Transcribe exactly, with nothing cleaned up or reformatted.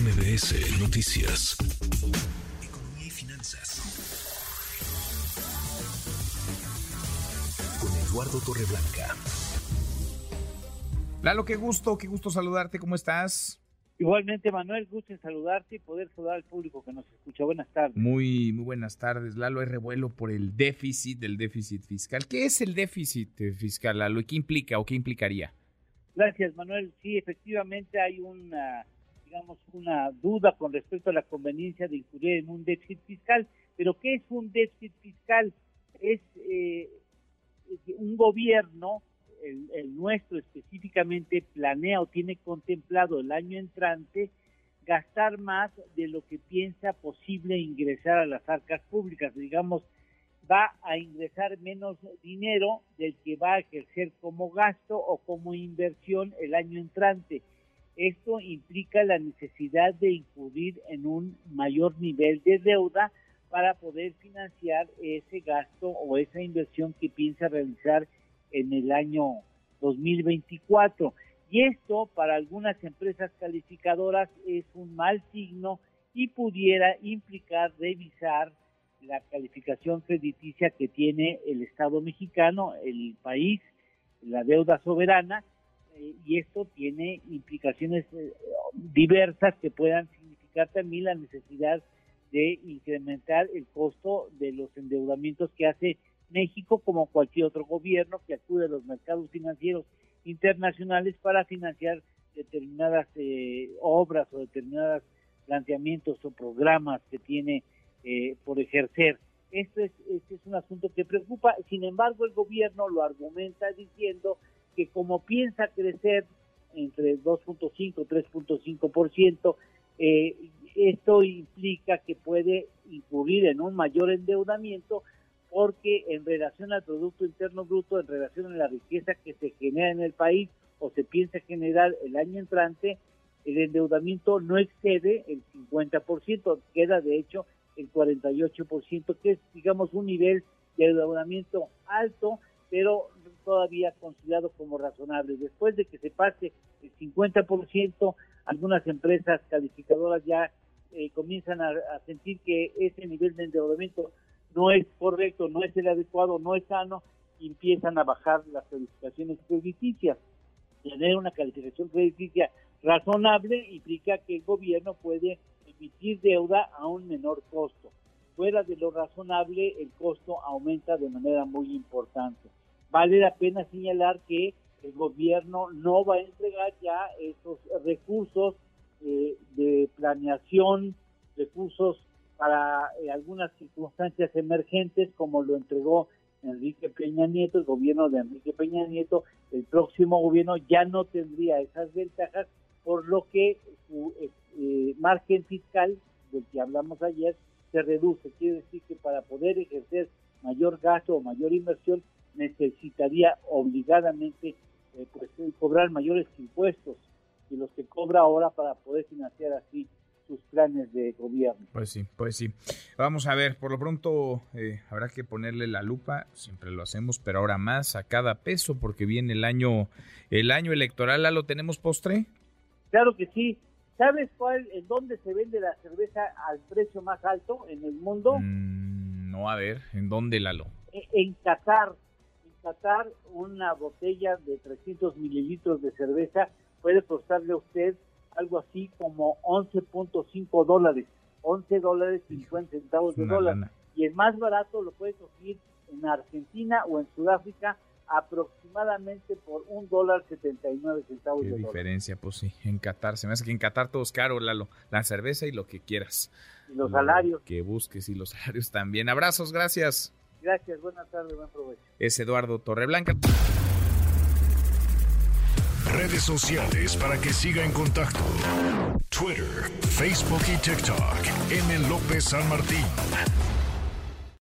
M B S Noticias. Economía y finanzas. Con Eduardo Torreblanca. Lalo, qué gusto, qué gusto saludarte, ¿cómo estás? Igualmente, Manuel, gusto en saludarte y poder saludar al público que nos escucha. Buenas tardes. Muy, muy buenas tardes, Lalo. Hay revuelo por el déficit, del déficit fiscal. ¿Qué es el déficit fiscal, Lalo? ¿Y qué implica o qué implicaría? Gracias, Manuel. Sí, efectivamente hay una, digamos, una duda con respecto a la conveniencia de incurrir en un déficit fiscal. Pero ¿qué es un déficit fiscal? Es eh, un gobierno, el, el nuestro específicamente, planea o tiene contemplado el año entrante gastar más de lo que piensa posible ingresar a las arcas públicas. Digamos, va a ingresar menos dinero del que va a ejercer como gasto o como inversión el año entrante. Esto implica la necesidad de incurrir en un mayor nivel de deuda para poder financiar ese gasto o esa inversión que piensa realizar en el año dos mil veinticuatro. Y esto para algunas empresas calificadoras es un mal signo y pudiera implicar revisar la calificación crediticia que tiene el Estado mexicano, el país, la deuda soberana, eh, y esto tiene implicaciones eh, diversas que puedan significar también la necesidad de incrementar el costo de los endeudamientos que hace México, como cualquier otro gobierno que acude a los mercados financieros internacionales para financiar determinadas eh, obras o determinados planteamientos o programas que tiene eh, por ejercer. Esto es, este es un asunto que preocupa. Sin embargo, el gobierno lo argumenta diciendo que como piensa crecer entre dos punto cinco y tres punto cinco por ciento, eh, esto implica que puede incurrir en un mayor endeudamiento, porque en relación al Producto Interno Bruto, en relación a la riqueza que se genera en el país o se piensa generar el año entrante, el endeudamiento no excede el cincuenta por ciento, queda de hecho el cuarenta y ocho por ciento, que es, digamos, un nivel de endeudamiento alto, pero todavía considerado como razonable. Después de que se pase el cincuenta por ciento, algunas empresas calificadoras ya eh, comienzan a, a sentir que ese nivel de endeudamiento no es correcto, no es el adecuado, no es sano, y empiezan a bajar las calificaciones crediticias. Tener una calificación crediticia razonable implica que el gobierno puede emitir deuda a un menor costo. Fuera de lo razonable, el costo aumenta de manera muy importante. Vale la pena señalar que el gobierno no va a entregar ya esos recursos eh, de planeación, recursos para eh, algunas circunstancias emergentes, como lo entregó Enrique Peña Nieto, el gobierno de Enrique Peña Nieto. El próximo gobierno ya no tendría esas ventajas, por lo que su eh, eh, margen fiscal, del que hablamos ayer, se reduce. Quiere decir que para poder ejercer mayor gasto o mayor inversión, necesitaría obligadamente eh, pues, cobrar mayores impuestos que los que cobra ahora para poder financiar así sus planes de gobierno. Pues sí, pues sí. Vamos a ver, por lo pronto eh, habrá que ponerle la lupa, siempre lo hacemos, pero ahora más a cada peso, porque viene el año, el año electoral. ¿Lo tenemos postre? Claro que sí. ¿Sabes cuál, en dónde se vende la cerveza al precio más alto en el mundo? Mm, no, a ver, ¿en dónde, Lalo? En, en Qatar. En Qatar, una botella de trescientos mililitros de cerveza puede costarle a usted algo así como once punto cinco dólares, once dólares cincuenta centavos de dólar. Lana. Y el más barato lo puede conseguir en Argentina o en Sudáfrica aproximadamente por un dólar setenta y nueve centavos Qué de dólar. Qué diferencia, pues sí, en Qatar. Se me hace que en Qatar todo es caro, Lalo. La cerveza y lo que quieras. Y los lo salarios. Que busques y los salarios también. Abrazos, gracias. Gracias, buenas tardes, buen provecho. Es Eduardo Torreblanca. Redes sociales para que siga en contacto: Twitter, Facebook y TikTok. M. López San Martín.